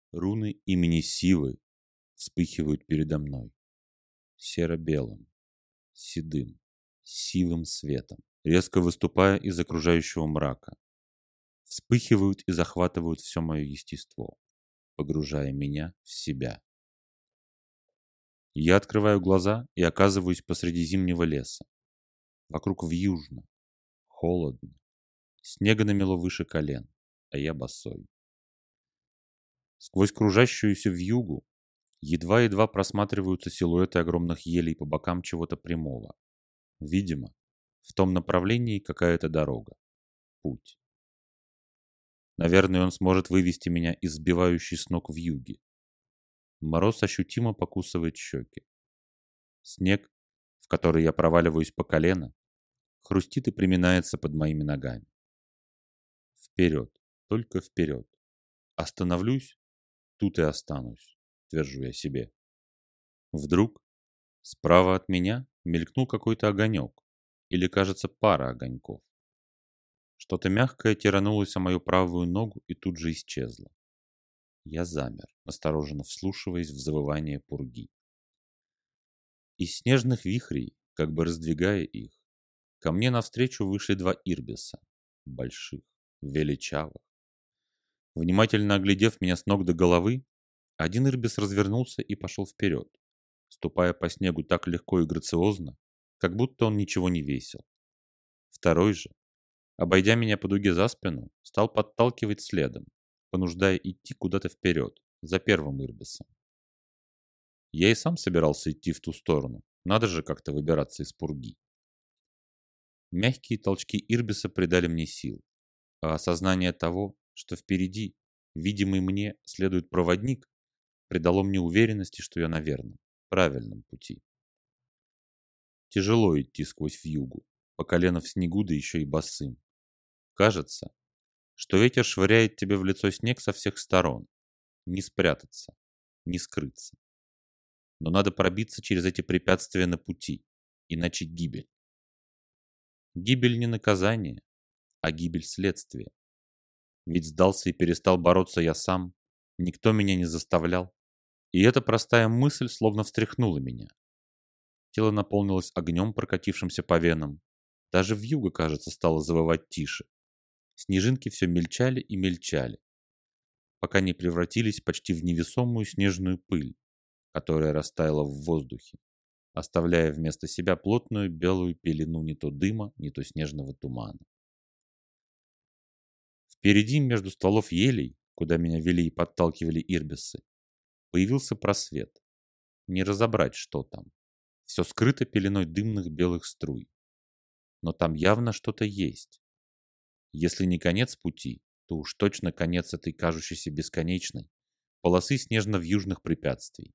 Руны имени Сивы вспыхивают передо мной серо-белым, седым, сивым светом, резко выступая из окружающего мрака. Вспыхивают и захватывают все мое естество, погружая меня в себя. Я открываю глаза и оказываюсь посреди зимнего леса. Вокруг вьюжно, холодно, снега намело выше колен, а я босой. Сквозь кружащуюся вьюгу едва-едва просматриваются силуэты огромных елей по бокам чего-то прямого. Видимо, в том направлении какая-то дорога, путь. Наверное, он сможет вывести меня из сбивающей с ног вьюги. Мороз ощутимо покусывает щеки. Снег, в который я проваливаюсь по колено, хрустит и приминается под моими ногами. Вперед, только вперед. Остановлюсь, тут и останусь, твержу я себе. Вдруг справа от меня мелькнул какой-то огонек, или, кажется, пара огоньков. Что-то мягкое тиранулось о мою правую ногу и тут же исчезло. Я замер, осторожно вслушиваясь в завывание пурги. Из снежных вихрей, как бы раздвигая их, ко мне навстречу вышли два ирбиса, больших, величавых. Внимательно оглядев меня с ног до головы, один ирбис развернулся и пошел вперед, ступая по снегу так легко и грациозно, как будто он ничего не весил. Второй же, обойдя меня по дуге за спину, стал подталкивать следом, понуждая идти куда-то вперед, за первым ирбисом. Я и сам собирался идти в ту сторону, надо же как-то выбираться из пурги. Мягкие толчки ирбиса придали мне сил, а осознание того, что впереди, видимый мне, следует проводник, придало мне уверенности, что я на верном, правильном пути. Тяжело идти сквозь вьюгу, по колено в снегу, да еще и босым. Кажется, что ветер швыряет тебе в лицо снег со всех сторон. Не спрятаться, не скрыться. Но надо пробиться через эти препятствия на пути, иначе гибель. Гибель не наказание, а гибель следствия. Ведь сдался и перестал бороться я сам, никто меня не заставлял. И эта простая мысль словно встряхнула меня. Тело наполнилось огнем, прокатившимся по венам. Даже вьюга, кажется, стала завывать тише. Снежинки все мельчали и мельчали, пока не превратились почти в невесомую снежную пыль, которая растаяла в воздухе, оставляя вместо себя плотную белую пелену не то дыма, не то снежного тумана. Впереди, между стволов елей, куда меня вели и подталкивали ирбисы, появился просвет. Не разобрать, что там. Все скрыто пеленой дымных белых струй. Но там явно что-то есть. Если не конец пути, то уж точно конец этой кажущейся бесконечной полосы снежно-вьюжных препятствий.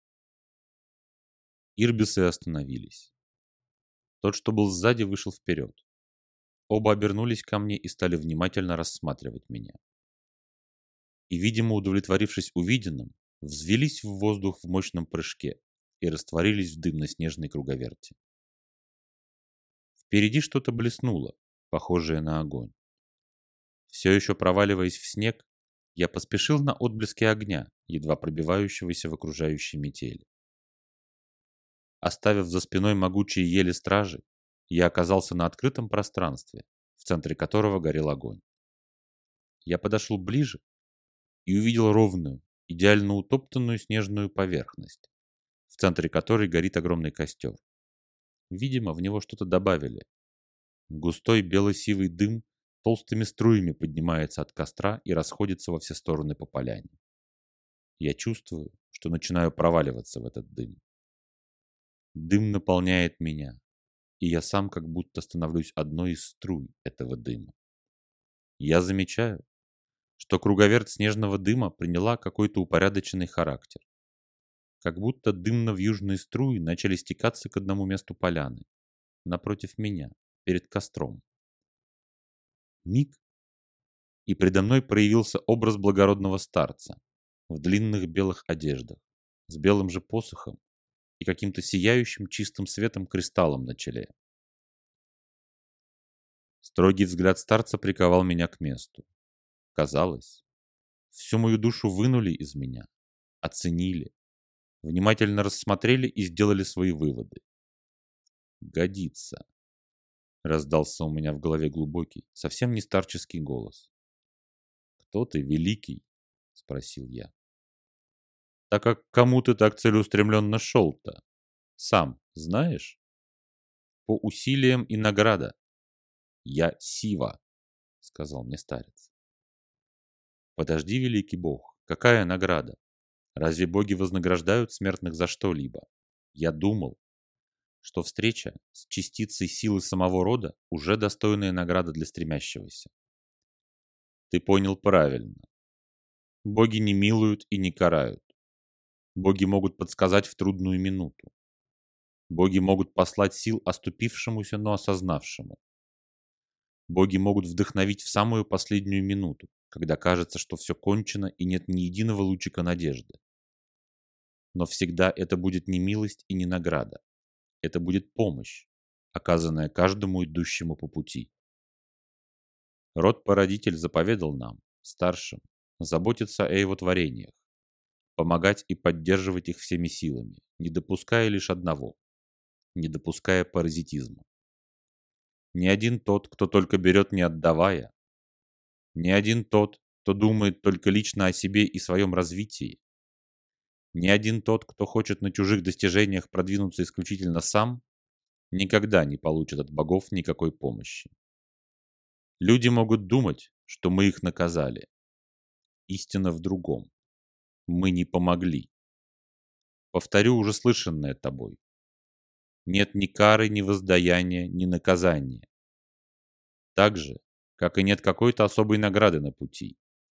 Ирбисы остановились. Тот, что был сзади, вышел вперед. Оба обернулись ко мне и стали внимательно рассматривать меня. И, видимо, удовлетворившись увиденным, взвелись в воздух в мощном прыжке и растворились в дымно-снежной круговерти. Впереди что-то блеснуло, похожее на огонь. Все еще проваливаясь в снег, я поспешил на отблески огня, едва пробивающегося в окружающей метели. Оставив за спиной могучие ели стражи, я оказался на открытом пространстве, в центре которого горел огонь. Я подошел ближе и увидел ровную, идеально утоптанную снежную поверхность, в центре которой горит огромный костер. Видимо, в него что-то добавили. Густой бело-сивый дым толстыми струями поднимается от костра и расходится во все стороны по поляне. Я чувствую, что начинаю проваливаться в этот дым. Дым наполняет меня, и я сам как будто становлюсь одной из струй этого дыма. Я замечаю, что круговерть снежного дыма приняла какой-то упорядоченный характер. Как будто дымно-вьюжные струи начали стекаться к одному месту поляны, напротив меня, перед костром. Миг, и предо мной проявился образ благородного старца в длинных белых одеждах, с белым же посохом и каким-то сияющим чистым светом кристаллом на челе. Строгий взгляд старца приковал меня к месту. Казалось, Всю мою душу вынули из меня, оценили, внимательно рассмотрели и сделали свои выводы. «Годится», — раздался у меня в голове глубокий, совсем не старческий голос. «Кто ты, великий?» — спросил я. «Так как кому ты так целеустремленно шел-то? Сам знаешь?» «По усилиям и награда. Я Сива», — сказал мне старец. «Подожди, великий бог, какая награда? Разве боги вознаграждают смертных за что-либо? Я думал, что встреча с частицей силы самого рода уже достойная награда для стремящегося. Ты понял правильно. Боги не милуют и не карают. Боги могут подсказать в трудную минуту. Боги могут послать сил оступившемуся, но осознавшему. Боги могут вдохновить в самую последнюю минуту, когда кажется, что все кончено и нет ни единого лучика надежды. Но всегда это будет не милость и не награда. Это будет помощь, оказанная каждому идущему по пути. Род-породитель заповедал нам, старшим, заботиться о его творениях, помогать и поддерживать их всеми силами, не допуская лишь одного, не допуская паразитизма. Ни один тот, кто только берет не отдавая, ни один тот, кто думает только лично о себе и своем развитии, ни один тот, кто хочет на чужих достижениях продвинуться исключительно сам, никогда не получит от богов никакой помощи. Люди могут думать, что мы их наказали. Истина в другом. Мы не помогли. Повторю уже слышанное тобой. Нет ни кары, ни воздаяния, ни наказания. Так же, как и нет какой-то особой награды на пути.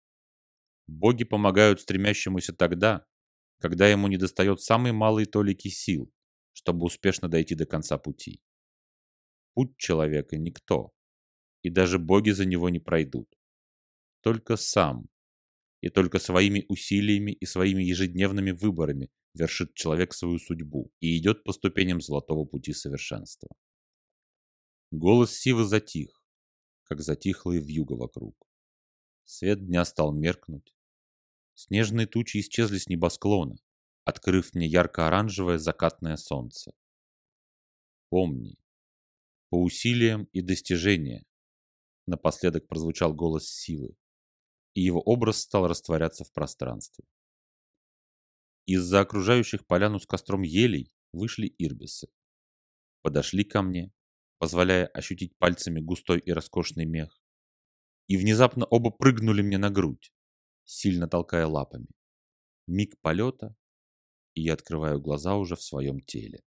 Боги помогают стремящемуся тогда, когда ему недостает самой малой толики сил, чтобы успешно дойти до конца пути. Путь человека никто, и даже боги за него не пройдут. Только сам, и только своими усилиями и своими ежедневными выборами вершит человек свою судьбу и идет по ступеням золотого пути совершенства. Голос Сивы затих, как затихло и вьюга вокруг. Свет дня стал меркнуть. Снежные тучи исчезли с небосклона, открыв мне ярко-оранжевое закатное солнце. Помни, по усилиям и достижениям, напоследок прозвучал голос Сивы, и его образ стал растворяться в пространстве. Из-за окружающих поляну с костром елей вышли ирбисы. Подошли ко мне, позволяя ощутить пальцами густой и роскошный мех, и внезапно оба прыгнули мне на грудь, сильно толкая лапами. Миг полета, и я открываю глаза уже в своем теле.